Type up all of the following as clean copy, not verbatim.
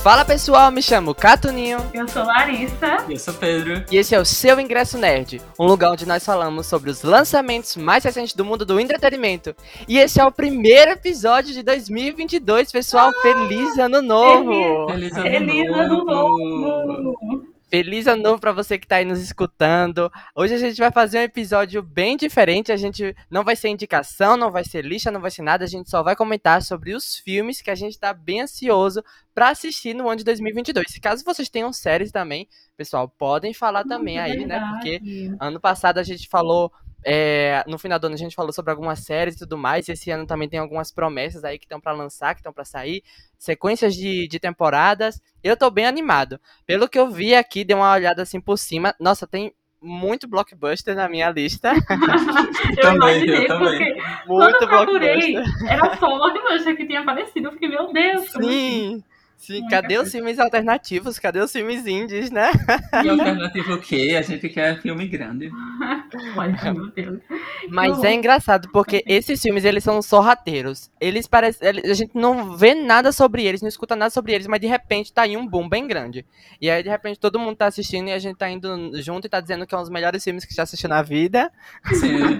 Fala pessoal, me chamo Catuninho. Eu sou Larissa. E eu sou Pedro. E esse é o Seu Ingresso Nerd, um lugar onde nós falamos sobre os lançamentos mais recentes do mundo do entretenimento. E esse é o primeiro episódio de 2022, pessoal. Feliz Ano Novo! Feliz Ano Novo! Feliz Ano Novo pra você que tá aí nos escutando. Hoje a gente vai fazer um episódio bem diferente. A gente não vai ser indicação, não vai ser lista, não vai ser nada. A gente só vai comentar sobre os filmes que a gente tá bem ansioso pra assistir no ano de 2022. Caso vocês tenham séries também, pessoal, podem falar também aí, né? Porque ano passado a gente falou... no final do ano a gente falou sobre algumas séries e tudo mais. Esse ano também tem algumas promessas aí que estão pra lançar, que estão pra sair. Sequências de temporadas. Eu tô bem animado. Pelo que eu vi aqui, dei uma olhada assim por cima. Nossa, tem muito blockbuster na minha lista. Eu imaginei, porque Muito quando eu procurei, blockbuster. era só o blockbuster que tinha aparecido. Eu fiquei, meu Deus, como assim? Sim, cadê os filmes alternativos? Cadê os filmes indies, né? E alternativo o quê? A gente quer filme grande. Olha, meu Deus. Mas é engraçado, porque esses filmes, eles são sorrateiros. Eles parecem... A gente não vê nada sobre eles, não escuta nada sobre eles, mas de repente tá aí um boom bem grande. E aí, de repente, todo mundo tá assistindo e a gente tá indo junto e tá dizendo que é um dos melhores filmes que já assistiu na vida. Sim.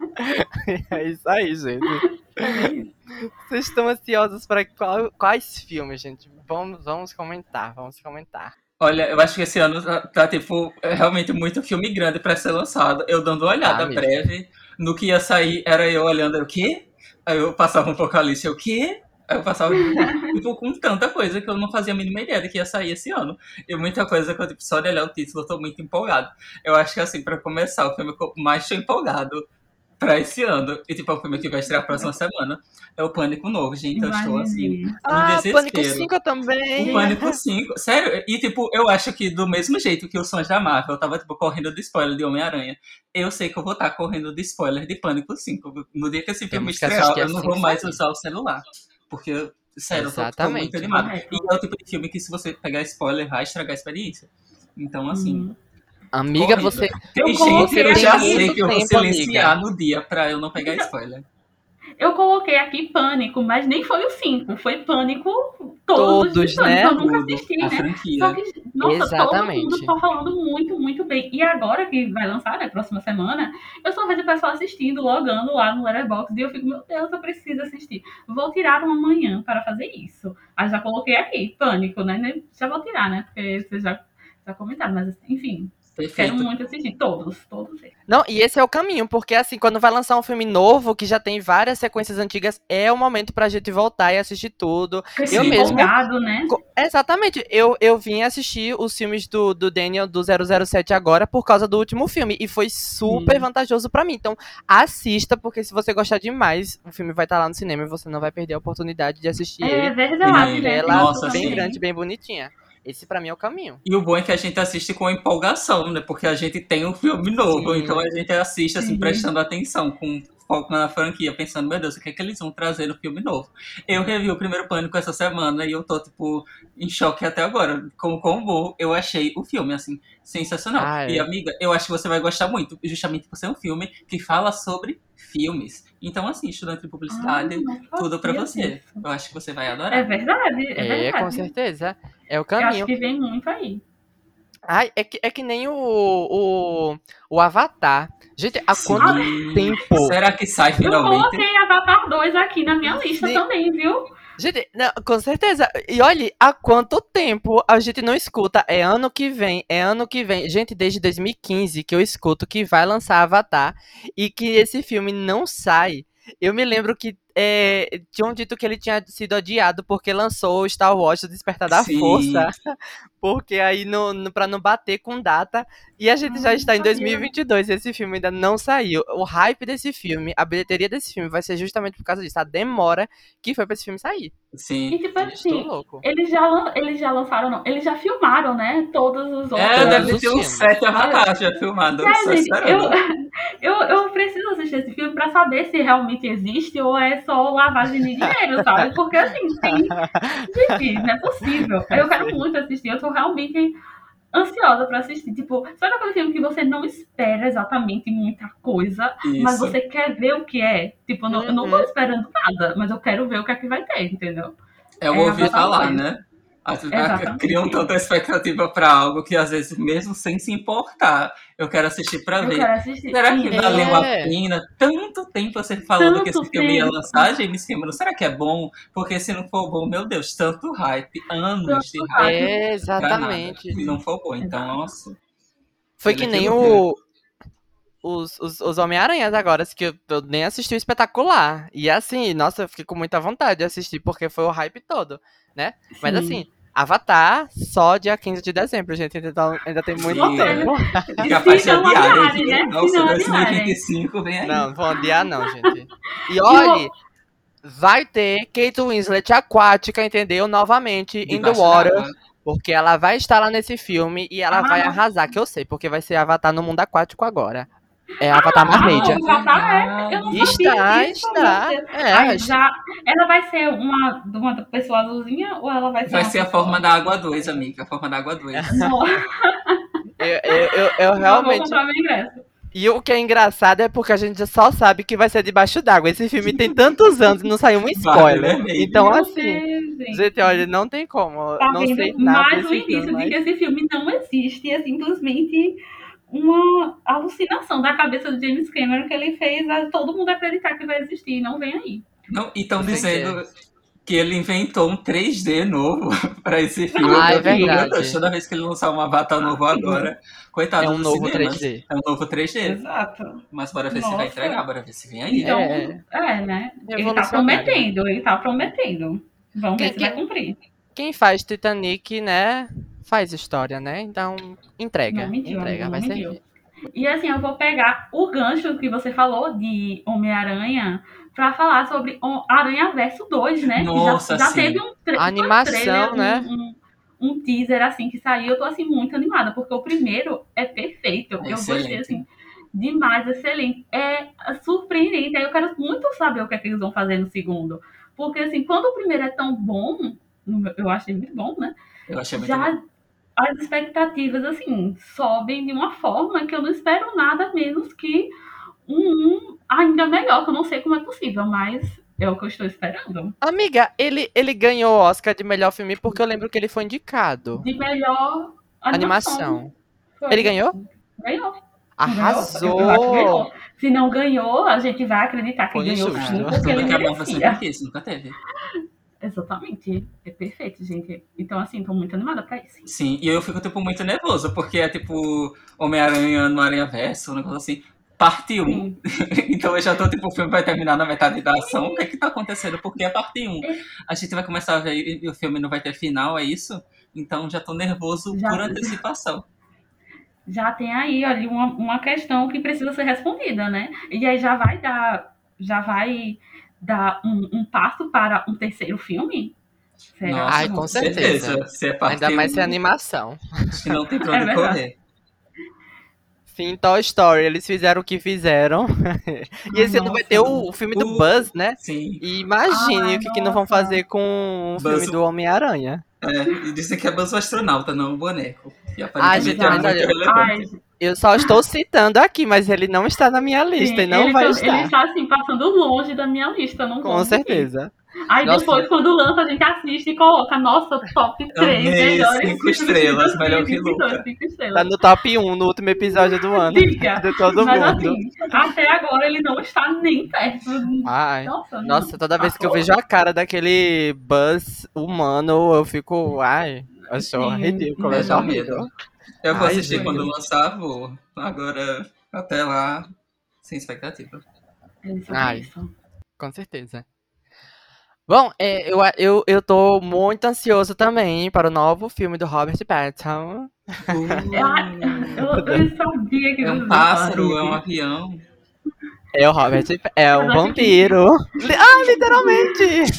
É isso aí, gente. Vocês estão ansiosos para quais filmes, gente? Vamos comentar. Olha, eu acho que esse ano tá tipo, realmente muito filme grande pra ser lançado. Eu dando uma olhada mesmo. breve no que ia sair, era eu olhando, o quê? Aí eu passava um Apocalipse, o quê? Aí eu passava tipo, com tanta coisa que eu não fazia a mínima ideia de que ia sair esse ano. E muita coisa que eu, tipo, só de olhar o título, eu tô muito empolgado. Eu acho que, assim, pra começar, o filme que eu mais tô empolgado pra esse ano, e tipo, é o filme que vai estrear a próxima semana, é o Pânico Novo, gente. Eu estou, assim, no desespero. Pânico 5 também! O Pânico 5, sério, e tipo, eu acho que do mesmo jeito que os Sons da Marvel, eu tava tipo, correndo de spoiler de Homem-Aranha, eu sei que eu vou estar correndo de spoiler de Pânico 5. No dia que esse filme estrear, eu não vou mais usar o celular. Porque, sério, eu tô muito animado. E é o tipo de filme que se você pegar spoiler, vai estragar a experiência. Então, assim... Amiga, correndo. você... Eu já sei que eu vou tempo, silenciar amiga. no dia pra eu não pegar spoiler. Eu coloquei aqui Pânico, mas nem foi o 5, foi Pânico, todos os de Pânico, né? eu nunca assisti, A né? franquia. Só que, nossa, Exatamente. todo mundo tá falando muito, muito bem. E agora que vai lançar, né, próxima semana, eu só vejo o pessoal assistindo, logando lá no Letterboxd, e eu fico, meu Deus, eu preciso assistir. Vou tirar uma manhã para fazer isso. Aí já coloquei aqui, Pânico, né? Já vou tirar, né? Porque vocês já comentaram, mas enfim... Perfeito. Quero muito assistir, todos eles. Não, e esse é o caminho, porque assim, quando vai lançar um filme novo, que já tem várias sequências antigas, é o momento pra gente voltar e assistir tudo. Eu mesmo... empolgado, né? Exatamente, eu vim assistir os filmes do Daniel, do 007 agora, por causa do último filme, e foi super vantajoso pra mim. Então, assista, porque se você gostar demais, o filme vai estar lá no cinema e você não vai perder a oportunidade de assistir ele. É verdade, né? Ela Nossa, bem sim. grande, bem bonitinha. Esse pra mim é o caminho. E o bom é que a gente assiste com empolgação, né? Porque a gente tem um filme novo, Sim. então a gente assiste assim, prestando atenção, com foco na franquia, pensando, meu Deus, o que é que eles vão trazer no filme novo? Eu revi o primeiro Pânico essa semana e eu tô, tipo, em choque até agora. Como bom eu achei o filme, assim, sensacional. E, amiga, eu acho que você vai gostar muito, justamente por ser um filme que fala sobre filmes. Então, assim, estudante de publicidade, tudo pra você. Isso. Eu acho que você vai adorar. É verdade. Com certeza. É o Eu caminho. acho que vem muito aí. Ai, é que nem o Avatar. Gente, há quanto tempo? Será que sai finalmente? Eu coloquei Avatar 2 aqui na minha lista também, viu? Gente, não, com certeza. E olha, há quanto tempo a gente não escuta? É ano que vem. Gente, desde 2015 que eu escuto que vai lançar Avatar e que esse filme não sai. Eu me lembro que tinham dito que ele tinha sido adiado porque lançou o Star Wars o Despertar da Força. Porque aí, pra não bater com data. E a gente já está em 2022 e esse filme ainda não saiu. O hype desse filme, a bilheteria desse filme vai ser justamente por causa disso. A demora que foi pra esse filme sair. Sim. E tipo assim, eles já lançaram, não. Eles já filmaram, né? Todos os outros. Deve ter uns 7 Avatares já filmados. Gente, eu preciso assistir esse filme pra saber se realmente existe ou é só lavagem de dinheiro, sabe? Porque assim, gente, não é possível. Eu quero muito assistir, eu tô realmente ansiosa pra assistir. Tipo, sabe aquele filme que você não espera exatamente muita coisa, mas você quer ver o que é? Tipo, eu não tô esperando nada, mas eu quero ver o que é que vai ter, entendeu? Eu ouvi falar, né? Criam Exatamente. tanta expectativa pra algo que às vezes, mesmo sem se importar, eu quero assistir pra Eu ver. quero assistir. Será Sim, que valeu a É, pena? Tanto tempo você falando que esse tanto filme ia tempo, lançar, James Cameron. Será que é bom? Porque se não for bom, meu Deus, tanto hype, anos de tanto hype hype. pra nada. exatamente. Se não for bom, então, Exato. nossa, Foi que nem seletivo filme. os Homem-Aranhas agora, que eu nem assisti o espetacular. E assim, nossa, eu fiquei com muita vontade de assistir, porque foi o hype todo, né? Mas Sim. assim, Avatar só dia 15 de dezembro, gente. Ainda tem muito Sim, tempo. capaz Se de não adiarem, adiarem, viu? né? Se Nossa, não adiarem. 2025 vem aí. Não, não vou adiar não, gente. E E o, olhe, vai ter Kate Winslet aquática, entendeu? Novamente, in the Debaixo water. d'água. Porque ela vai estar lá nesse filme e ela vai ah, arrasar, que eu sei, porque vai ser Avatar no mundo aquático agora. É Avatar Ah, Mermaid. o Avatar eu não verdade. sabia Está, disso, meu está. Deus. É, Aí já. Ela vai ser uma pessoa azulzinha ou ela vai ser Vai uma ser a forma pessoa. da água 2, amiga. A forma da água 2. Não, eu já vou realmente. comprar meu ingresso. E o que é engraçado é porque a gente só sabe que vai ser debaixo d'água. Esse filme tem tantos anos e não saiu um Barbie spoiler. Mermaid. Então, Meu assim, Deus, gente, gente. olha, não tem como. Tá Não sei vendo nada mais um desse filme, indício de mas. que esse filme não existe. É simplesmente uma alucinação da cabeça do James Cameron que ele fez a todo mundo acreditar que vai existir e não vem aí. Não, e estão Com dizendo certeza. que ele inventou um 3D novo pra esse filme. Ah, é Eu fico, meu Sim, Deus, verdade. toda vez que ele lançar um avatar novo sim. agora, É coitado um dos novo cinemas. 3D. É um novo 3D. Exato. Mas bora ver se vai entregar, Nossa. bora ver se vem aí. Então, É né? Ele tá revolucionário. prometendo, ele tá prometendo. Vamos ver Quem, se vai quem, cumprir. quem faz Titanic, né, faz história, né? Então, Não entrega. mentiu, amigo, Entrega, não vai mentiu. servir. E assim, eu vou pegar o gancho que você falou de Homem-Aranha para falar sobre Aranha Verso 2, né? Que Nossa, já teve sim. não A foi um animação, trailer, né? um teaser assim que saiu. Eu tô assim muito animada, porque o primeiro é perfeito. É Eu gostei excelente. assim demais, excelente. É surpreendente. Aí eu quero muito saber o que é que eles vão fazer no segundo. Porque assim, quando o primeiro é tão bom, eu achei muito bom, né? Eu achei muito bom. Já as expectativas, assim, sobem de uma forma que eu não espero nada menos que um ainda melhor, que eu não sei como é possível, mas é o que eu estou esperando. Amiga, ele ganhou o Oscar de melhor filme porque eu lembro que ele foi indicado. De melhor animação. Animação. Ele Foi. ganhou? Ganhou. Não ganhou? Eu acho que Arrasou! ganhou. Se não ganhou, a gente vai acreditar que Foi ganhou injusto. sim, Ah, porque ele tudo que a Marvel sempre merecia. quis, nunca teve. Exatamente. É perfeito, gente. Então, assim, tô muito animada pra isso. Sim, e eu fico, tipo, muito nervoso, porque é tipo Homem-Aranha no Aranha Verso, um negócio assim, parte 1. Sim. Então eu já tô, tipo, o filme vai terminar na metade da ação. O que é que tá acontecendo? Porque é parte 1. É, A gente vai começar a ver e o filme não vai ter final, é isso? Então já tô nervoso por já, antecipação. já tem aí ali uma questão que precisa ser respondida, né? E aí já vai dar um passo para um terceiro filme? Será que Ai, Nossa, vão com com fazer? certeza. certeza. Se é Ainda parte mais se é 1, animação. acho que não tem pra É onde verdade. correr. Sim, Toy Story, eles fizeram o que fizeram. E Ai, esse ano vai ter nossa. o filme do Buzz, né? Sim, E imagine o Ai, que não vão fazer nossa. com o filme Buzz, do Homem-Aranha. e dizem que é Buzz o astronauta, não o boneco. E Ai, aparentemente gente, é mas muito Exato. olha, Ai, relevante. eu só estou citando aqui, mas ele não está na minha lista sim, e não vai ele estar. está assim, passando longe da minha lista, não Com vou mentir. certeza. Aí Nossa, depois, quando lança, a gente assiste e coloca, nossa, top 3 Amei, melhores 5 filmes de estrelas, melhor que 2022, Luca. 5 tá estrelas. no top 1 no último episódio do ano. Diga. De todo Mas mundo. assim, até agora ele não está nem perto. Ai. Nossa, Nossa, não. toda vez que eu Passou? vejo a cara daquele Buzz humano, eu fico. Ai, eu acho Sim, ridículo, eu É, acho dá não. medo. horrível. Eu vou Ai, assistir quando Foi. gente. lançar, vou. Agora, até lá, sem expectativa. É sobre Ai, isso. com certeza. Bom, eu tô muito ansioso também para o novo filme do Robert Pattinson. Eu sabia que É um vocês iam falar pássaro, é um dele. avião. É o Robert, é Mas um acho que. vampiro. Ah, literalmente!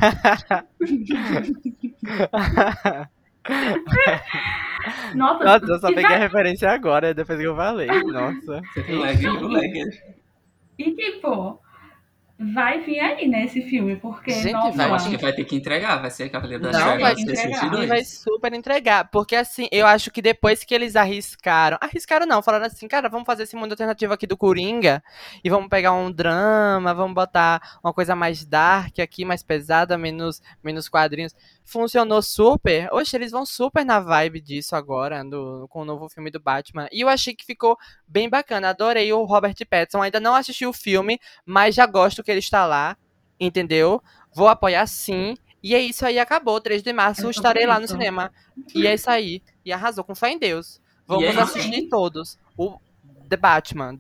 Nossa, Nossa, eu só e, peguei a já, referência agora, depois que eu falei. Nossa. Você viu o lag? Enfim. O lag. e tipo, vai vir aí, né, esse filme, porque, Gente, nossa, vai Não, acho vir. que vai ter que entregar. Vai ser Cavaleiro das Não, vai Trevas ter que entregar. e vai 62. super entregar. Porque assim, eu acho que depois que eles arriscaram. Arriscaram não, falaram assim, cara, vamos fazer esse mundo alternativo aqui do Coringa. E vamos pegar um drama, vamos botar uma coisa mais dark aqui, mais pesada, menos quadrinhos. Funcionou super. Oxe, eles vão super na vibe disso agora, com o novo filme do Batman. E eu achei que ficou bem bacana. Adorei o Robert Pattinson. Ainda não assisti o filme, mas já gosto que ele está lá. Entendeu? Vou apoiar sim. E é isso aí, acabou. 3 de março É estarei sobre lá no isso. cinema. E é isso aí. E arrasou, com fé em Deus. E é Vamos isso. assistir todos. O The Batman.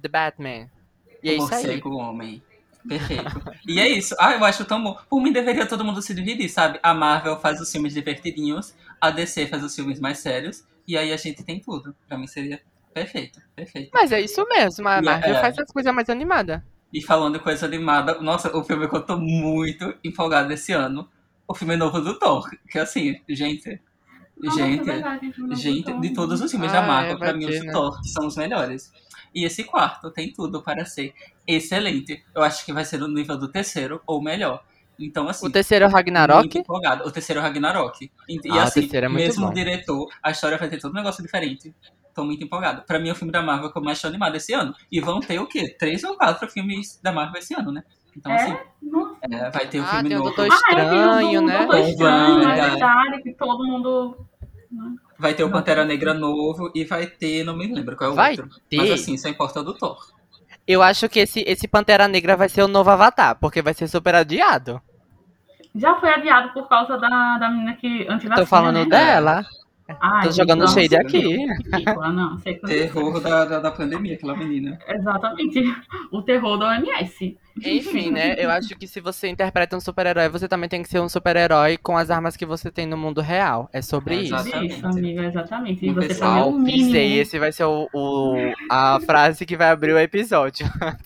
E O é isso aí. morcego homem. Perfeito. E é isso. Ah, eu acho tão bom. Por mim, deveria todo mundo se dividir, sabe? A Marvel faz os filmes divertidinhos, a DC faz os filmes mais sérios, e aí a gente tem tudo. Pra mim seria perfeito, perfeito. Mas é isso mesmo. A E, Marvel faz as coisas mais animadas. e falando em coisa animada, nossa, o filme que eu tô muito empolgado esse ano, o filme novo do Thor. Que assim, gente, Nossa, é gente, verdade, não gente, botou. de todos os filmes da Marvel, Vai pra mim os ter, do né? Thor são os melhores. E esse quarto tem tudo para ser excelente. Eu acho que vai ser no nível do terceiro ou melhor. Então, O assim, terceiro é o muito Ragnarok. empolgado. O terceiro é o Ragnarok. E Ah, o assim, terceiro é muito mesmo o bom. diretor, a história vai ter todo um negócio diferente. Tô muito empolgado. Pra mim é o filme da Marvel que eu mais tô animado esse ano. E vão ter o quê? 3 ou 4 filmes da Marvel esse ano, né? Então, assim, Nossa. vai ter o Ah, filme tem o novo. Doutor Tem o Estranho, do né? Doutor Com Estranho, é Wanda. verdade, que todo mundo. Vai ter o Nossa, Pantera Negra novo e vai ter, não me lembro qual é o Vai outro. Mas ter. assim, só importa o do Thor. Eu acho que esse Pantera Negra vai ser o novo Avatar, porque vai ser super adiado. Já foi adiado por causa da menina que Tô antivacina, falando né? dela. Ai, Tô gente, jogando não, shade aqui. ridícula, não, sei que Terror da pandemia, aquela menina. exatamente. O terror da OMS. Enfim, né? Eu acho que se você interpreta um super-herói, você também tem que ser um super-herói com as armas que você tem no mundo real. É sobre isso. Exatamente. Isso, amiga, exatamente. E Um você pessoal- fazer o Uau, pisei. mínimo. Esse vai ser a frase que vai abrir o episódio.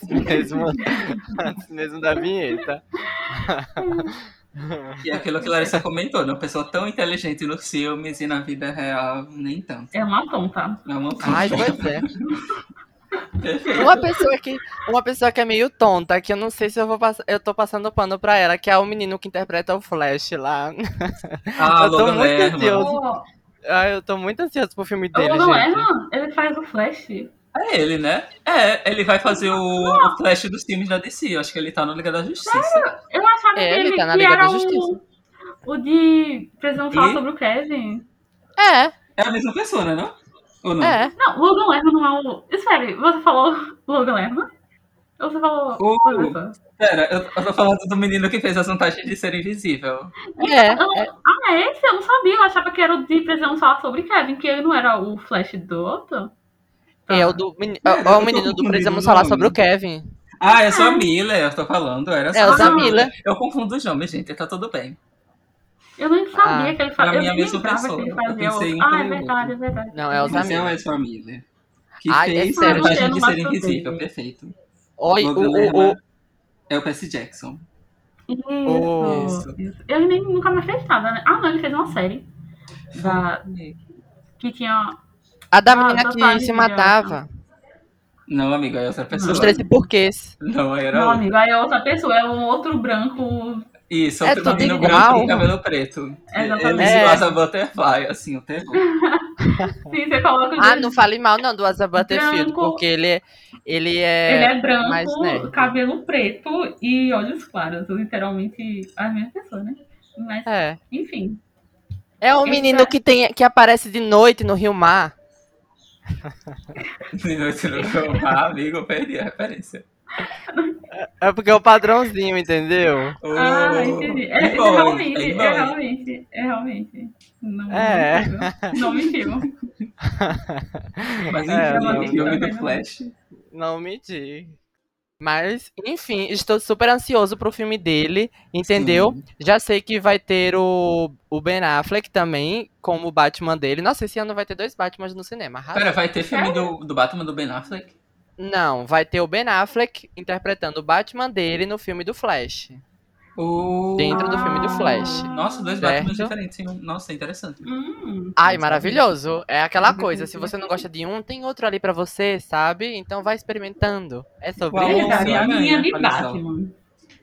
Antes mesmo da vinheta. E aquilo que Larissa comentou, né? Uma pessoa tão inteligente nos filmes e na vida real, nem tanto. É uma tonta. É uma Ai, fofa. pois é. Perfeito. Uma pessoa que é meio tonta, que eu não sei se eu tô passando pano pra ela, que é o menino que interpreta o Flash lá. Ah, Eu tô Logan muito Lerman. ansioso. O Eu tô muito ansioso pro filme dele, Logan gente. Lerman, ele faz o Flash. É ele, né? É, ele vai fazer o Flash dos filmes da DC. Eu acho que ele tá no Liga da Justiça. Eu achava que Ele ele tá na que Liga era da Justiça. o de Precisamos falar E sobre o Kevin. É, é a mesma pessoa, né? Não? Ou não? é. Não, Logan Lerman não é o. Espere, você falou Logan Lerman? Ou você falou O- outra pessoa? Pera, eu tô falando do menino que fez as vantagens de ser invisível. É, Esse eu não sabia, eu achava que era o de Precisamos falar sobre Kevin, que ele não era o Flash do outro. Tá. é o Pera, é o eu tô menino do confundindo Precisamos o falar nome. sobre o Kevin. Ah, é só a Miller, eu tô falando. Era É só o a Zamila. Eu confundo os nomes, gente. Tá tudo bem. Eu nem sabia Ah, que ele pra fazia. mim é Eu a nem mesma lembrava pessoa. que ele Eu fazia pensei outro. um Ah, pelo é verdade, outro. é verdade. Não, é o Mas é o Zamila. Ezra Miller. Que Ai, é fez sério, vantagem gente. de ser invisível. Perfeito. Oi, Logan Lerman é o Percy Jackson. Isso. Ele nem nunca mais fez nada, né? Ah, não, ele fez uma série. Que tinha. a da Ah, menina da que Thalia se de matava. Não, amigo, é outra pessoa. Os 13 porquês. Não, era Não, outra. amigo, aí é outra pessoa, é um outro branco. Isso, É outro tudo menino igual. branco de cabelo preto. Exatamente. Eles É. gostam Butterfly, assim, o terror. Sim, você coloca o Ah, não fale mal não do Asa Butterfield, branco. porque ele Ele é é branco, mais nerd. cabelo preto e olhos claros. Literalmente as mesmas pessoas, né? Mas, É. enfim. É um Esse menino é- que aparece de noite no Rio Mar. De noite no Gomar, amigo, eu perdi a referência. É porque é o padrãozinho, entendeu? Entendi. É É boy, realmente. Não, É. não me filmo. Mas É, enfim, não, o filme não. do Flash. Não menti. Mas, enfim, estou super ansioso pro filme dele, entendeu? Sim. Já sei que vai ter o Ben Affleck também, como o Batman dele. Nossa, esse ano vai ter 2 Batmans no cinema. Arrasou. Pera, vai ter filme do Batman do Ben Affleck? Não, vai ter o Ben Affleck interpretando o Batman dele no filme do Flash. Dentro do filme do Flash. Nossa, 2 Certo. Batmans diferentes. Sim. Nossa, é interessante. Ai, maravilhoso. É aquela coisa, se você não gosta de um, tem outro ali pra você, sabe? Então vai experimentando. É sobre Qual? isso. Verdade, a Homem-Aranha, minha de olha só. Batman.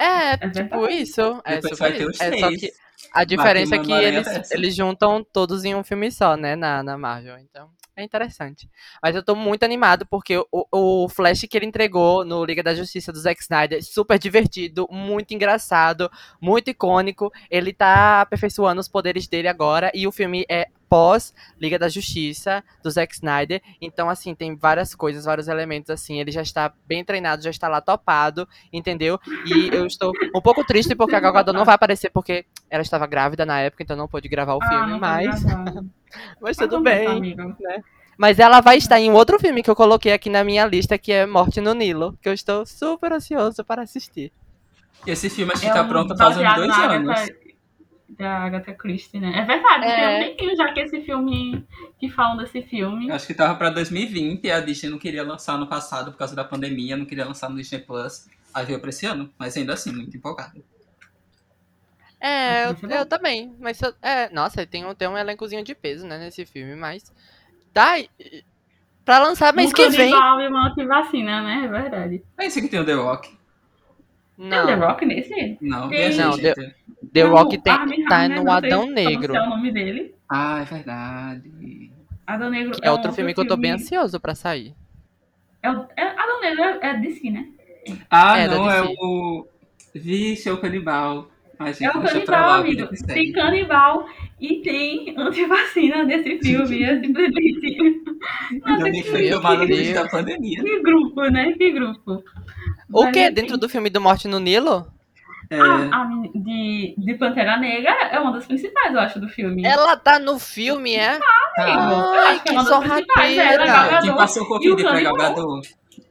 É, É tipo verdade. isso. É Depois super vai ter isso. os É só que 3. a diferença é Batman que no Aranha eles, Verso. eles juntam todos em um filme só, né, na Marvel. Então, é interessante. Mas eu tô muito animado porque o Flash que ele entregou no Liga da Justiça do Zack Snyder é super divertido, muito engraçado, muito icônico. Ele tá aperfeiçoando os poderes dele agora e o filme é pós Liga da Justiça do Zack Snyder. Então, assim, tem várias coisas, vários elementos assim. Ele já está bem treinado, já está lá topado, entendeu? E eu estou um pouco triste porque a Gal Gadot não vai aparecer porque ela estava grávida na época, então não pôde gravar o Ah, filme, não pode mas, gravar. mas tudo Acontece, bem, amigo. né? Mas ela vai estar em outro filme que eu coloquei aqui na minha lista, que é Morte no Nilo, que eu estou super ansioso para assistir. Esse filme acho que É tá um pronto faz uns baseado 2 na anos. Agatha, da Agatha Christie, né? É verdade, tem um É, tempinho já que esse filme, que falam desse filme. Acho que tava pra 2020 e a Disney não queria lançar no passado por causa da pandemia, não queria lançar no Disney Plus. Aí veio pra esse ano, mas ainda assim, muito empolgado. Acho que eu, vai ser eu bom. também. Mas nossa, tem um elencozinho de peso, né, nesse filme, mas tá pra lançar Um mês que vem. canibal e uma antivacina, né? É verdade. É esse que tem o The Rock. Tem o The Não, Rock nesse? Não, viajei, não, Tem, gente. The tem Rock o Armie tá Hammer, no não sei Adão pronunciar Negro, o nome dele. Ah, é verdade. Adão Negro que é é um outro outro filme que eu tô bem filme. ansioso pra sair. Adão Negro é DC, né? Ah, É, da não, é DC. o. Vixe, é o canibal. Ai, É gente, o deixa pra canibal, lá, a vida amigo. que Tem segue. canibal e tem antivacina nesse filme. É simplesmente. Ainda Nossa, bem que foi Meu filmado no início da Deus. pandemia. que grupo, né? Que grupo. O Mas que dentro assim, do filme do Morte no Nilo? É, de Pantera Negra é uma das principais, eu acho, do filme. Ela tá no filme, é? Amigo, tá. eu Ai, acho que é que uma das principais. É ela, Gal sorrateira. Quem Gadot passou e o Covid pra Gal canibal. Gadot?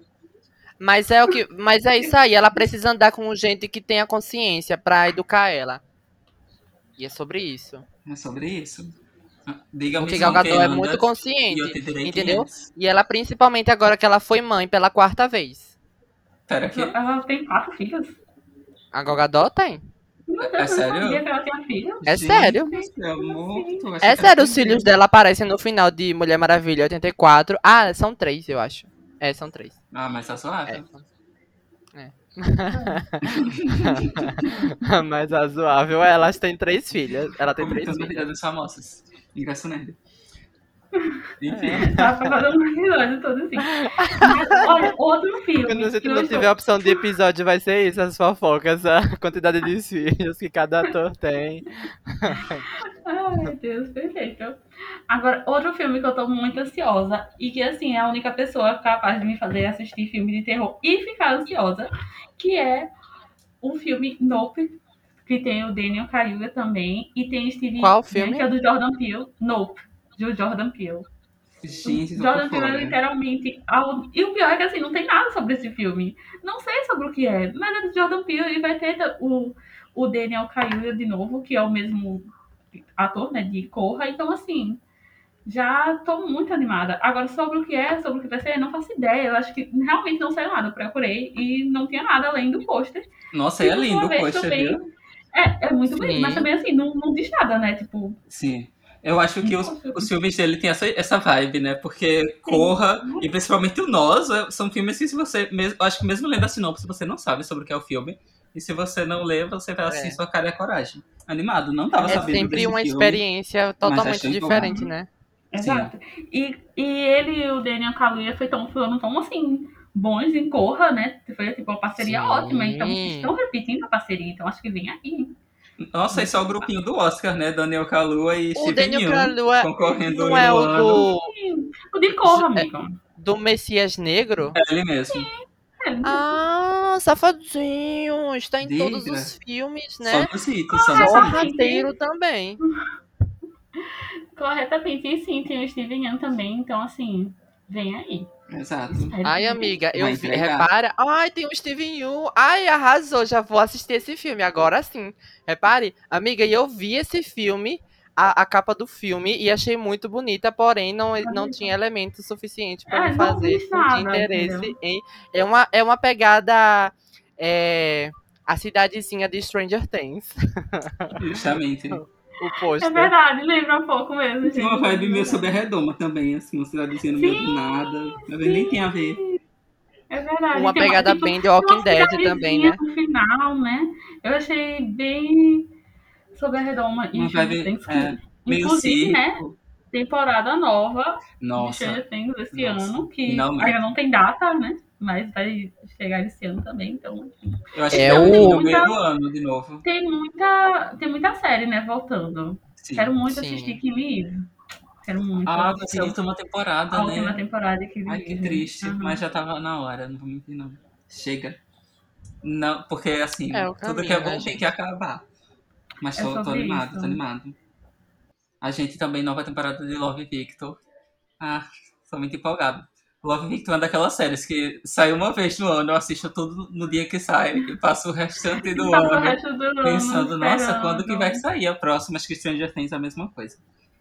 Mas é isso aí, ela precisa andar com gente que tenha consciência pra educar ela. E é sobre isso. É sobre isso. Diga-me Porque Gal com quem Gadot é muito andas e eu consciente, te direi quem entendeu? és. E ela, principalmente agora que ela foi mãe pela quarta vez. Pera aqui. Ela tem 4 filhos. A Gal Gadot tem. Meu É Deus, eu não sabia sério? que ela tinha filho. É Gente sério. do céu, Como assim? morto. Achei É que era sério, os filhos primeiro. dela aparecem no final de Mulher Maravilha 84. Ah, são 3, eu acho. É, são 3. Ah, mas tá É. suave. É. É. Mas razoável, elas têm 3 filhas. Ela tem 3 Comentando a vida filhas. dos famosos. Ingresso nerd. Enfim. É. Dá pra fazer um episódio todo assim. Mas, olha, outro Quando a filme gente que eu não tiver estou. a opção de episódio, vai ser isso, as fofocas, a quantidade de filhos que cada ator tem. Ai, meu Deus, perfeito. Agora, outro filme que eu tô muito ansiosa e que, assim, é a única pessoa capaz de me fazer assistir filme de terror e ficar ansiosa, que é o filme Nope, que tem o Daniel Kaluuya também e tem Steve Qual Yeun, que filme? é do Jordan Peele. Nope, do Jordan Peele. O Gente, tô por Jordan Peele é fora. literalmente. E o pior é que assim, não tem nada sobre esse filme. Não sei sobre o que é, mas é do Jordan Peele e vai ter o Daniel Kaluuya de novo, que é o mesmo ator, né, de Corra. Então, assim, já tô muito animada. Agora, sobre o que é, sobre o que vai ser, não faço ideia. Eu acho que realmente não sei nada. Eu procurei e não tinha nada além do pôster. Nossa, Que, é por sua lindo o vez, pôster, também viu? é muito bonito, mas Sim. também, assim, não diz nada, né? Tipo, Sim. Eu acho que os filmes dele têm essa vibe, né? Porque sim. Corra, e principalmente o Nós, são filmes que se você. Acho que mesmo lendo a sinopse, você não sabe sobre o que é o filme. E se você não lê, você vai assistir É. Sua Cara e a Coragem. Animado. Não tava É sabendo sempre desse uma filme, experiência mas totalmente achei empolgado. diferente, né? Sim. Exato. E ele e o Daniel Kaluuya foram tão assim bons em Corra, né? Foi tipo uma parceria ótima. Então Sim. estão repetindo a parceria. Então acho que vem aí. Nossa, esse é o grupinho do Oscar, né? Daniel Kaluuya e O Steven Daniel Yeun Kaluuya concorrendo não em é um o ano. O de Corra, amigo. do Messias Negro? É ele mesmo. É, Ah, safadinho. Está em todos Diga. os filmes, Só né? nos hits, só nos hits. Sorrateiro também. corretamente. E sim, tem o Steven Yeun também. Então, assim, vem aí. Exato. Espero que Ai, venha. amiga, Vai eu vi. entregar. Repara. Ai, tem o Steven Yeun. Ai, arrasou. Já vou assistir esse filme. Agora sim. Repare, amiga, e eu vi esse filme, a capa do filme, e achei muito bonita, porém não tinha elemento suficiente pra me Não fazer diz sentir nada, interesse entendeu? em. É uma pegada. É, a cidadezinha de Stranger Things. Justamente. O É pôster. verdade, lembra um pouco mesmo, Tem gente. uma vibe Lembra meio verdade. sobre a redoma também, assim, uma cidadezinha no meio do Sim, nada. Nem tem a sim. ver. É verdade. Uma Tem uma, pegada tipo, bem The tem uma Walking Dead também, cidadezinha né? no final, né? Eu achei bem sobre a redoma em Uma Stranger vibe Things, que, meio inclusive, né? circo. Temporada nova de Nossa, Stranger Things esse nossa, ano, que ainda finalmente. não tem data, né? Mas vai chegar esse ano também, então. Eu acho que É deve Então vir tem o. no muita, meio do ano de novo. tem muita série, né, voltando. Quero Sim. muito assistir Sim. Killing Eve. Quero muito Ah, vai ser a assistir última temporada, a última né? temporada de Ai, Killing que Eve. triste. Mas Aham. já tava na hora, não vou mentir, não. Chega. Não, porque É assim, o tudo que é caminho, né, bom tem que gente? acabar. Mas É tô sobre animado, tô isso. animado. A gente também, nova temporada de Love Victor. Ah, sou muito empolgado. Love Victor é uma daquelas séries que sai uma vez no ano, eu assisto tudo no dia que sai e passo o restante E do passa o ano resto do ano pensando, nossa, quando que vai esperando. sair a próxima? Acho que Stranger Things é a mesma coisa.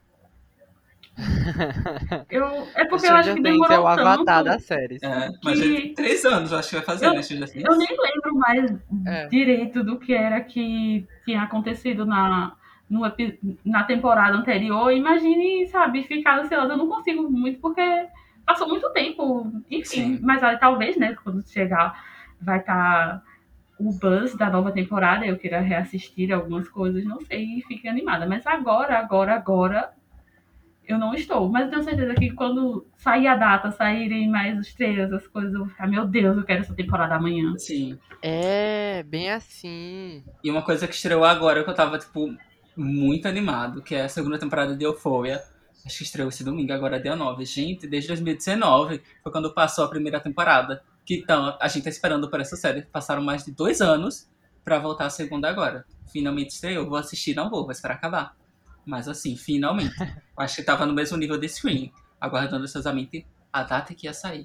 É porque eu acho Stranger que Things é o demorou avatar tanto das séries. É, mas já tem que 3 anos, eu acho que vai fazer, eu, né, Stranger eu nem Things? lembro mais É. direito do que era que tinha acontecido na temporada anterior. Imagine, sabe, ficar ansiosa. Eu não consigo muito porque passou muito tempo. Enfim, Sim. mas talvez, né, quando chegar, vai estar o buzz da nova temporada. Eu queira reassistir algumas coisas, não sei, e fique animada. Mas agora, eu não estou, mas eu tenho certeza que quando sair a data, saírem mais os trailers, as coisas, eu vou ficar, meu Deus, eu quero essa temporada amanhã. Sim. É, bem assim. E uma coisa que estreou agora que eu tava, tipo, muito animado, que é a segunda temporada de Euphoria. Acho que estreou esse domingo, agora é dia 9. Gente, desde 2019 foi quando passou a primeira temporada. Que então, a gente tá esperando por essa série. Passaram mais de 2 anos pra voltar a segunda agora. Finalmente estreou. Vou assistir, não vou esperar acabar. Mas assim, finalmente. Eu acho que tava no mesmo nível de Scream, aguardando ansiosamente a data que ia sair.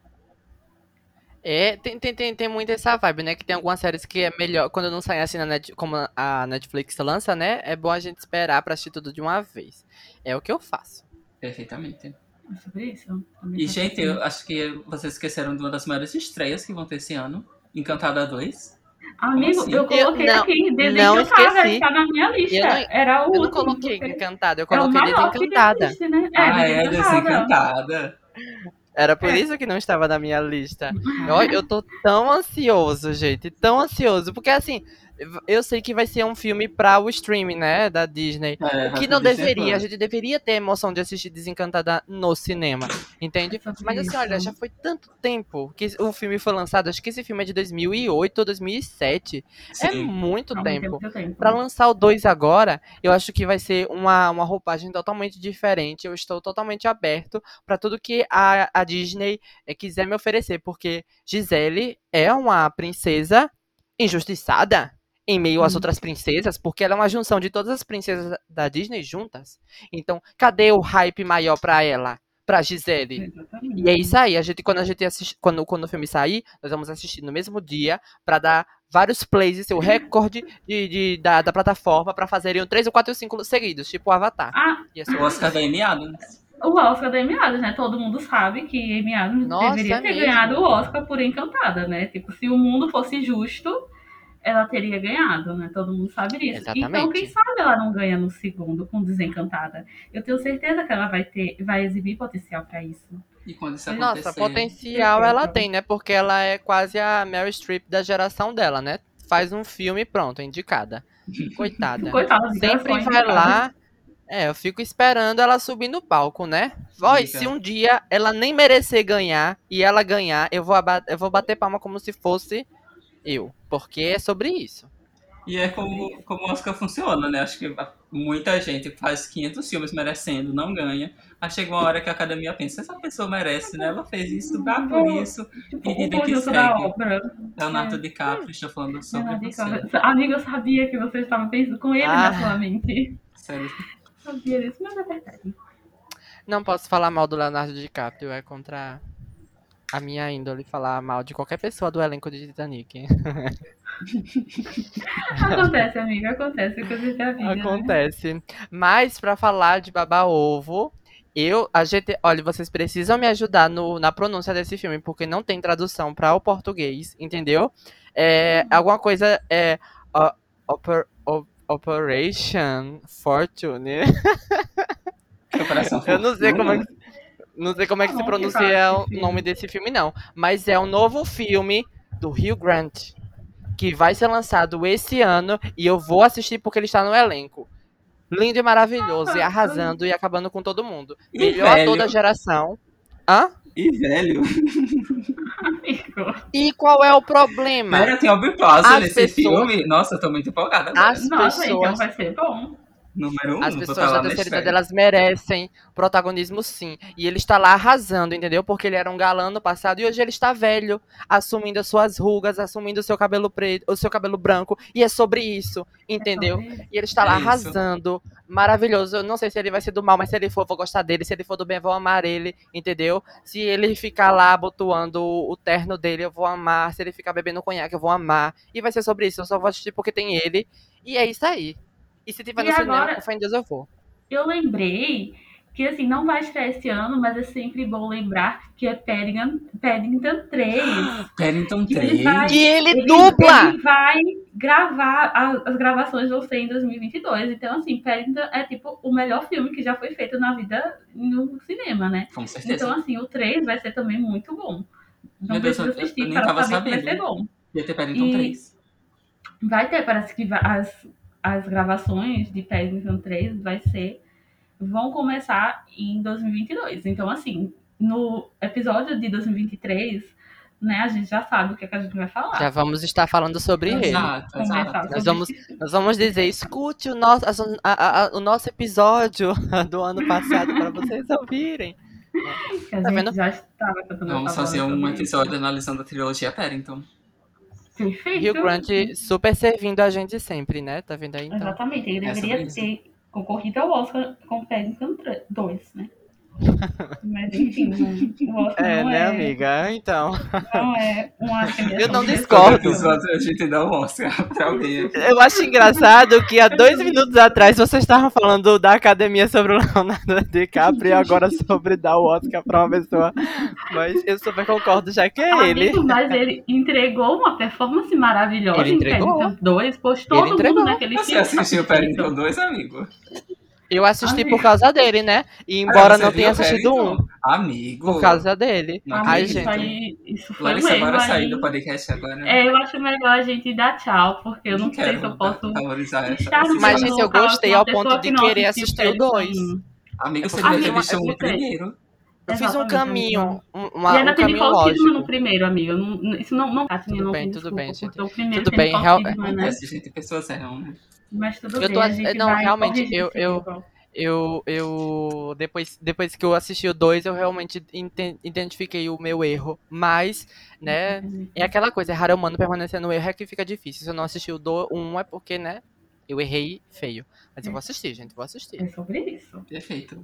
É, tem muito essa vibe, né? Que tem algumas séries que é melhor, quando não sai assim como a Netflix lança, né? É bom a gente esperar pra assistir tudo de uma vez. É o que eu faço. Perfeitamente. É sobre isso. Também E, faço gente, assim. eu acho que vocês esqueceram de uma das maiores estreias que vão ter esse ano. Encantada 2. Como Amigo, eu assim? Eu coloquei não, aqui, não Desencantada, esqueci. está na minha Eu não, lista. Era o eu não último, coloquei porque encantada, eu é o coloquei maior que desencantada. existe, né? É, Ah, é, Desencantada. Desencantada. Era por É. isso que não estava na minha lista. Eu tô tão ansioso, gente, tão ansioso, porque assim, eu sei que vai ser um filme para o streaming, né, da Disney. É, O vai que pro não Disney deveria, a Plus. gente deveria ter a emoção de assistir Desencantada no cinema, É entende? sobre Mas assim, olha, já isso. foi tanto tempo que o filme foi lançado, acho que esse filme é de 2008 ou 2007. É Sim. muito Realmente é tempo. muito Pra tempo. lançar o 2 agora, eu acho que vai ser uma roupagem totalmente diferente. Eu estou totalmente aberto pra tudo que a Disney quiser me oferecer, porque Gisele é uma princesa injustiçada em meio às Sim, outras princesas, porque ela é uma junção de todas as princesas da Disney juntas. Então, cadê o hype maior pra ela, pra Gisele? E é isso exatamente. aí, quando a gente assiste, quando o filme sair, nós vamos assistir no mesmo dia pra dar vários plays e ser o recorde da plataforma pra fazerem um 3 ou 4 ou 5 seguidos, tipo o Avatar. Ah, E é O sobre Oscar da isso. Amy Adams. o Oscar da Amy Adams, né? Todo mundo sabe que Amy Adams Nossa, deveria é ter ganhado o mesmo. Oscar por Encantada, né? Tipo, se o mundo fosse justo, ela teria ganhado, né? Todo mundo sabe disso. Então, quem Exatamente. sabe ela não ganha no segundo com Desencantada. Eu tenho certeza que ela vai exibir potencial para isso. E quando isso Eu Nossa, acontecer. tenho potencial ela certeza. tem, né? Porque ela é quase a Meryl Streep da geração dela, né? Faz um filme e pronto, indicada. Coitada. Coitada, amiga, ela Sempre só vai indicada. lá. É, eu fico esperando ela subir no palco, né? Vai, se Amiga. um dia ela nem merecer ganhar e ela ganhar, eu vou bater palma como se fosse eu. Porque é sobre isso. E é É sobre isso. como o Oscar funciona, né? Acho que muita gente faz 500 filmes merecendo, não ganha. Aí chega uma hora que a academia pensa, essa pessoa merece, né? Ela fez isso, dá por isso. Tipo, E o vida que conjunto da segue. obra. Leonardo É, DiCaprio, estou falando sobre Leonardo você. DiCaprio. Amiga, eu sabia que você estava pensando com ele na sua Ah, mente. Sério. Sabia disso, mas é verdade. não posso falar mal do Leonardo DiCaprio, é contra a minha índole falar mal de qualquer pessoa do elenco de Titanic. Acontece, amiga, acontece, coisas da vida, né? Acontece. Mas pra falar de Baba Ovo, olha, vocês precisam me ajudar na pronúncia desse filme, porque não tem tradução para o português, entendeu? É alguma coisa Operation Fortune. Que operação Eu não sei como é fortuna? que Não sei como é que se Não, que pronuncia fala o esse nome filme. desse filme, não. Mas é um novo filme do Hugh Grant, que vai ser lançado esse ano. E eu vou assistir porque ele está no elenco. Lindo e maravilhoso, e Ah, arrasando e acabando com todo mundo. E Melhor ator da velho. geração. Hã? E velho. amigo. E qual é o problema? Pera, tem Aubrey Plaza As nesse pessoas, filme? Nossa, eu tô muito empolgada agora. as Nossa, então pessoas vai ser bom. Número As 1, vou estar pessoas da lá na terceira idade, estreia. elas merecem protagonismo, sim. E ele está lá arrasando, entendeu? Porque ele era um galã no passado e hoje ele está velho, assumindo as suas rugas, assumindo o seu cabelo preto, o seu cabelo branco. E é sobre isso, É entendeu? sobre isso. E ele está lá É isso. arrasando, maravilhoso. Eu não sei se ele vai ser do mal, mas se ele for, eu vou gostar dele. Se ele for do bem, eu vou amar ele, entendeu? Se ele ficar lá abotoando o terno dele, eu vou amar. Se ele ficar bebendo conhaque, eu vou amar. E vai ser sobre isso. Eu só vou assistir porque tem ele. E é isso aí. E se tiver E no cinema, com agora, fé em Deus, eu vou. eu lembrei que, assim, não vai estrear esse ano, mas é sempre bom lembrar que é Paddington 3. Paddington Que ele 3. Que ele ele, dubla! ele vai gravar, as gravações vão ser em 2022. Então, assim, Paddington é, tipo, o melhor filme que já foi feito na vida no cinema, né? Com Então, certeza. assim, o 3 vai ser também muito bom. Meu Não Deus, precisa eu assistir nem para tava saber que vai sabendo. ser bom. Ia ter Paddington E 3. vai ter, parece que as gravações de Paddington 3 vão começar em 2022. Então, assim, no episódio de 2023, né, a gente já sabe o que, é que a gente vai falar. Já vamos estar falando sobre Vamos ele. Exato, conversar exato. Nós sobre vamos, esse filme. nós vamos dizer, escute o nosso episódio do ano passado para vocês ouvirem. Né? Que a Tá gente vendo? já estava cantando Vamos essa bola fazer um sobre episódio isso. analisando a trilogia Paddington. Hugh Perfeito. Grant super servindo a gente sempre, né? Tá vendo aí, então? Exatamente. Ele É sobre deveria isso. ter concorrido ao Oscar com Paddington 2, né? Mas, enfim, o Oscar É, não né, é, amiga? Então, não é uma eu premiação não de Todo respeito. discordo. episódio a gente dá um Oscar pra alguém aqui. Eu acho engraçado que há 2 minutos atrás vocês estavam falando da academia sobre o Leonardo DiCaprio e agora sobre dar o Oscar pra uma pessoa. Mas eu super concordo, já que é ele. Amigo, mas ele entregou uma performance maravilhosa Ele em entregou. Paddington 2, pois Ele todo mundo entregou. naquele Você filme assistiu perfeito. Paddington 2, amigo? Eu assisti por Amigo, causa dele, né? E Ah, embora você não tenha viu assistido um, Paddington? por Amigo, causa dele. não Ai, amigo, acredito. isso foi um Larissa, erro bora sair do aí. podcast agora. Eu acho melhor a gente dar tchau, porque eu Não não sei se quero eu posso valorizar estar no essa Mas, mesmo gente, eu história. local que gostei uma ao ponto pessoa que de não querer assistiu assistir o Paddington 2. 1. Amigo, É você porque devia ter Amigo, visto é um no porque primeiro. eu fiz um exatamente, caminho, amigo. E um ainda tem caminho Nicole Kidman no lógico. primeiro, amigo. Isso não, Katniss, não tem Tudo bem, desculpa, gente. porque o primeiro Tudo tem bem, Nicole Kidman, né? Acontece, gente, pessoas erram, né? Mas tudo eu tô, bem, a gente não, vai realmente, corrigir esse erro. depois que eu assisti o 2, eu realmente identifiquei o meu erro. Mas, né, é aquela coisa, é raro o humano permanecer no erro, é que fica difícil. Se eu não assistir o 1 é porque, né, eu errei feio. Mas eu vou assistir, gente, vou assistir. É sobre isso. Perfeito.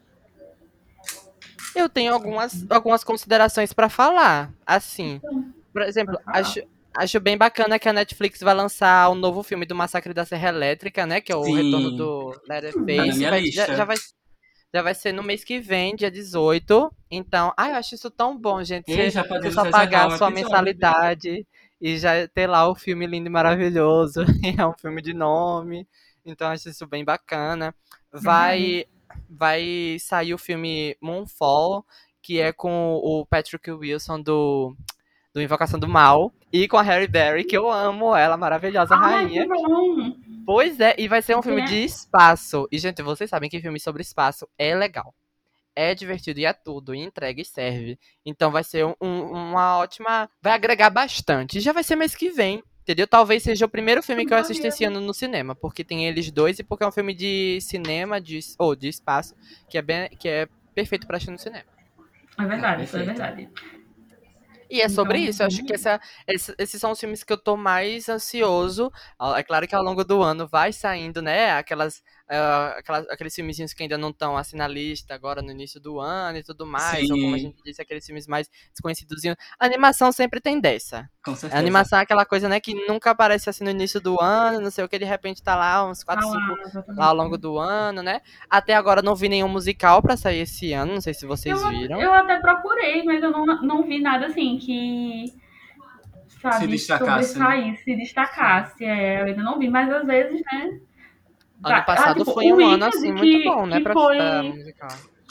Eu tenho algumas considerações pra falar. Assim, Então, por exemplo, pode falar. acho bem bacana que a Netflix vai lançar o novo filme do Massacre da Serra Elétrica, né? Que é o retorno Sim, do tá na Leatherface. minha lista. Já vai ser no mês que vem, dia 18. Então, eu acho isso tão bom, gente. E já Você podemos só reservar pagar a um sua episódio. mensalidade e já ter lá o filme lindo e maravilhoso. E é um filme de nome. Então, acho isso bem bacana. Verdade. Vai sair o filme Moonfall, que é com o Patrick Wilson do Invocação do Mal. E com a Halle Berry, que eu amo ela, maravilhosa Ai, que rainha. bom! Pois é, e vai ser um filme Tem- de espaço. E, gente, vocês sabem que filme sobre espaço é legal. É divertido e é tudo, e entrega e serve. Então vai ser uma ótima. Vai agregar bastante. E já vai ser mês que vem, entendeu? Talvez seja o primeiro filme que eu assisto esse ano no cinema, porque tem eles dois e porque é um filme de cinema, ou de espaço, que é perfeito pra assistir no cinema. É verdade, isso é Perfeito. verdade. E é sobre Então, isso, eu acho que esses são os filmes que eu tô mais ansioso. É claro que ao longo do ano vai saindo, né, aqueles filmezinhos que ainda não estão assim na lista agora no início do ano e tudo mais, ou como a Sim, gente disse, aqueles filmes mais desconhecidozinhos. A animação sempre tem dessa. com A certeza. animação é aquela coisa, né, que nunca aparece assim no início do ano, não sei o que, de repente tá lá uns 4, 5 lá ao exatamente. longo do ano, né? Até agora não vi nenhum musical pra sair esse ano, não sei se vocês viram. Eu até procurei, mas eu não vi nada assim que, Se sabe, destacasse, né? sobressaísse, se destacasse. Eu ainda não vi, mas às vezes, né? Ano passado Tipo, foi o um ano assim Wicked muito bom, né, que pra foi. musical.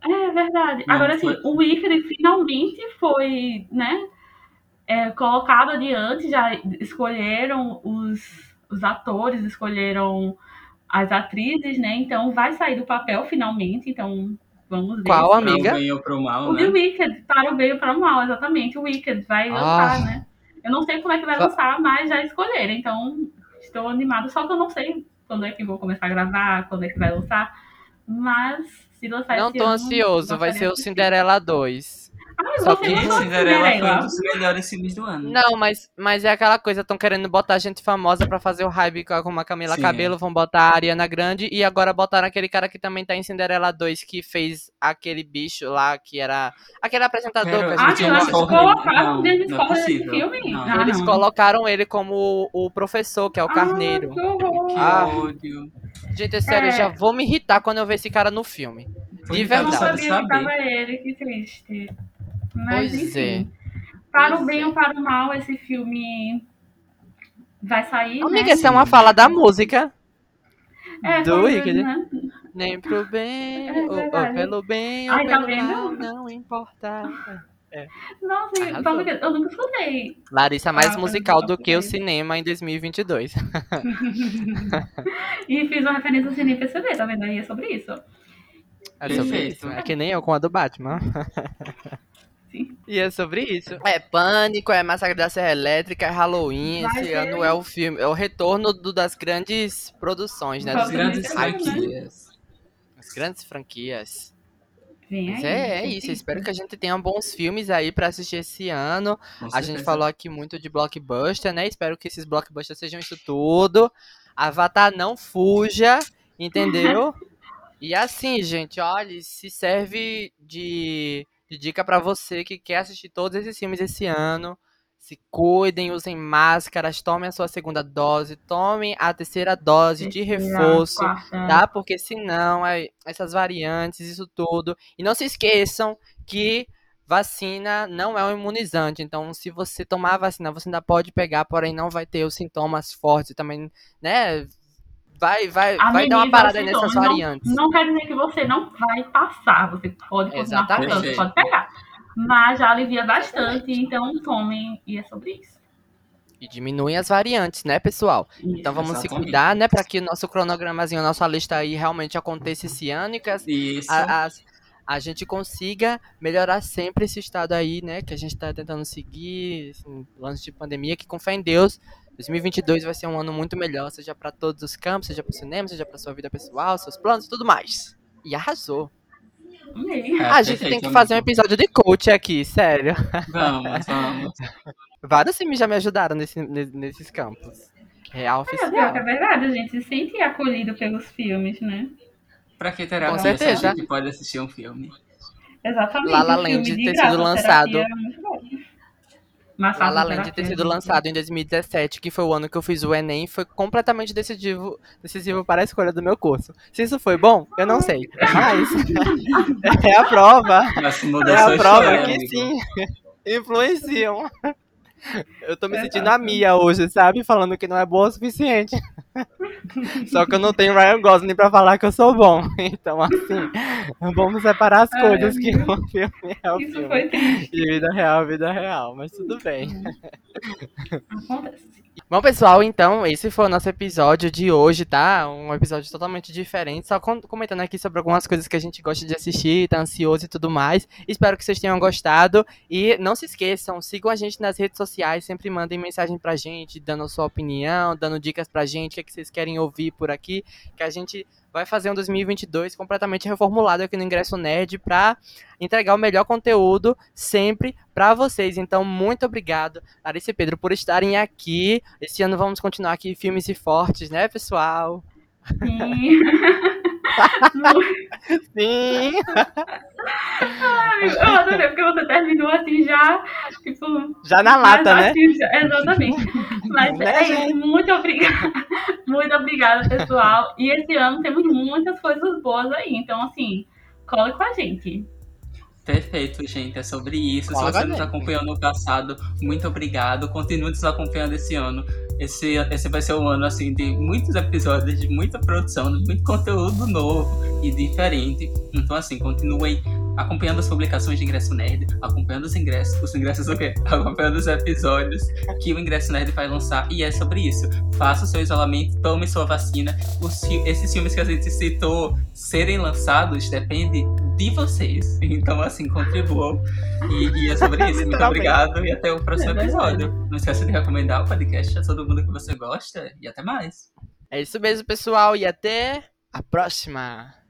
É verdade. Não, Agora, foi. assim, o Wicked finalmente foi, né, colocado adiante, já escolheram os atores, escolheram as atrizes, né? Então vai sair do papel finalmente. Então vamos ver Qual, Para o amiga? se. bem ou para o mal, O The né? Wicked, para o bem ou para o mal, exatamente. O Wicked vai lançar, Ah, né? Eu não sei como é que vai va- lançar, mas já escolheram. Então estou animada. Só que eu não sei quando é que vou começar a gravar, quando é que vai lançar. Mas se lançar não esse tô ano, ansioso, vai gostaria ser de o assistir. Cinderela 2. Ai, Só você Que gostou que de Cinderela foi um Cinderela? dos melhores filmes do ano. não, mas é aquela coisa, estão querendo botar gente famosa pra fazer o hype como a Camila Sim, é. Cabello, vão botar a Ariana Grande e agora botaram aquele cara que também tá em Cinderela 2 que fez aquele bicho lá que era aquele apresentador que Quero a Ah, gente James Jonathan, gosta. Corden. colocaram o Não, James não é Corden nesse possível. filme? Não. Ah, Eles não. colocaram ele como o professor, que é o Ah, que Carneiro. horror. Que Ah, ódio. gente, é sério, eu já É, vou me irritar quando eu ver esse cara no filme. Vou De irritar eu não só de verdade. sabia que tava saber. ele, que triste. Mas Pois é, enfim, para o pois bem ou é. para o mal, esse filme vai sair, Amiga, né? essa é uma Sim. fala da música É, do foi, Wicked. né? Nem pro bem, É ou verdade. pelo bem ou Ai, tá pelo mal, vendo? não importa. É, Nossa, arrasou. eu nunca escutei Larissa mais a musical apresentação do que o dele. cinema em 2022. E fiz uma referência sem nem perceber, tá vendo? Aí é sobre isso. É sobre E isso. Perfeito. É que nem eu com a do Batman. sim, E é sobre isso. É Pânico, é Massacre da Serra Elétrica, é Halloween. vai Esse ano é ser o filme, é o retorno das grandes produções, né? Das volta Dos grandes nesse ano, né? hypes, franquias. das grandes franquias. Vem Mas aí, é sobre isso. Eu espero isso. que a gente tenha bons filmes aí pra assistir esse ano. Com A gente certeza. falou aqui muito de blockbuster, né? Espero que esses blockbusters sejam isso tudo. Avatar não fuja, entendeu? E assim, gente, olha, se serve de dica pra você que quer assistir todos esses filmes esse ano. Se cuidem, usem máscaras, tomem a sua segunda dose, tomem a terceira dose de Terceira, reforço, quarta. tá? Porque senão, essas variantes, isso tudo. E não se esqueçam que vacina não é um imunizante. Então, se você tomar a vacina, você ainda pode pegar, porém não vai ter os sintomas fortes também, né? Vai dar uma Ameniza os parada aí nessas sintomas. Não, variantes. não quer dizer que você não vai passar. Você pode continuar passando, você Exatamente. pode Perfeito. pegar. Mas já alivia bastante, Exatamente. então tomem. E é sobre isso. E diminuem as variantes, né, pessoal? Então Isso. vamos se Exatamente. cuidar, né, para que o nosso cronogramazinho, a nossa lista aí realmente aconteça esse ano e que Isso. a, as- a gente consiga melhorar sempre esse estado aí, né, que a gente tá tentando seguir, assim, lance de pandemia, que com fé em Deus, 2022 vai ser um ano muito melhor, seja para todos os campos, seja para o cinema, seja para sua vida pessoal, seus planos e tudo mais. E arrasou. Amei. É, A gente tem perfeito, que fazer um amigo. episódio de coach aqui, sério. Vamos, vamos. Vários filmes já me ajudaram nesses campos. Real É, pior que é oficial. verdade, a gente se sente acolhido pelos filmes, né? Pra que Com Então, terapia se a certeza. gente pode assistir um filme? exatamente, La um filme Land de ter sido graça, terapia lançado. é muito bom. La La Massagem Land ter terapia, sido gente. lançado em 2017, que foi o ano que eu fiz o Enem, foi completamente decisivo para a escolha do meu curso. Se isso foi bom, eu não sei. Mas é a prova. Mas É mudou a sua prova história, que amigo. sim, influenciam. Eu tô me sentindo a Exato. Mia hoje, sabe? Falando que não é boa o suficiente. Só que eu não tenho Ryan Gosling pra falar que eu sou bom. Então, assim, vamos separar as Ai, coisas que amiga, o filme é o isso filme. foi triste. De vida real, mas tudo bem. Acontece. Bom, pessoal, então, esse foi o nosso episódio de hoje, tá? Um episódio totalmente diferente, só comentando aqui sobre algumas coisas que a gente gosta de assistir, tá ansioso e tudo mais. Espero que vocês tenham gostado. E não se esqueçam, sigam a gente nas redes sociais, sempre mandem mensagem pra gente, dando a sua opinião, dando dicas pra gente, o que é que vocês querem ouvir por aqui, que a gente vai fazer um 2022 completamente reformulado aqui no Ingresso Nerd pra entregar o melhor conteúdo sempre pra vocês. Então, muito obrigado, Larissa e Pedro, por estarem aqui. Esse ano vamos continuar aqui firmes e fortes, né, pessoal? Sim. Sim! Eu adorei, porque você terminou assim já, tipo, Já na mais lata, né? ativo. Exatamente. Mas Né, é isso, gente? muito obrigada. Muito obrigada, pessoal. E esse ano temos muitas coisas boas aí. Então, assim, cola com a gente. Perfeito, gente. É sobre isso. Se Cola com você a nos gente. acompanhou no passado, muito obrigado. Continue nos acompanhando esse ano. esse vai ser um ano, assim, de muitos episódios, de muita produção, de muito conteúdo novo e diferente. Então, assim, continuem acompanhando as publicações de Ingresso Nerd, acompanhando os ingressos o quê? Acompanhando os episódios que o Ingresso Nerd vai lançar, e é sobre isso. Faça o seu isolamento, tome sua vacina. Esses filmes que a gente citou serem lançados depende de vocês. Então, assim, contribuam. E é sobre isso. Muito obrigado e até o próximo episódio. Não esqueça de recomendar o podcast a todo mundo que você gosta, e até mais. É isso mesmo, pessoal, e até a próxima!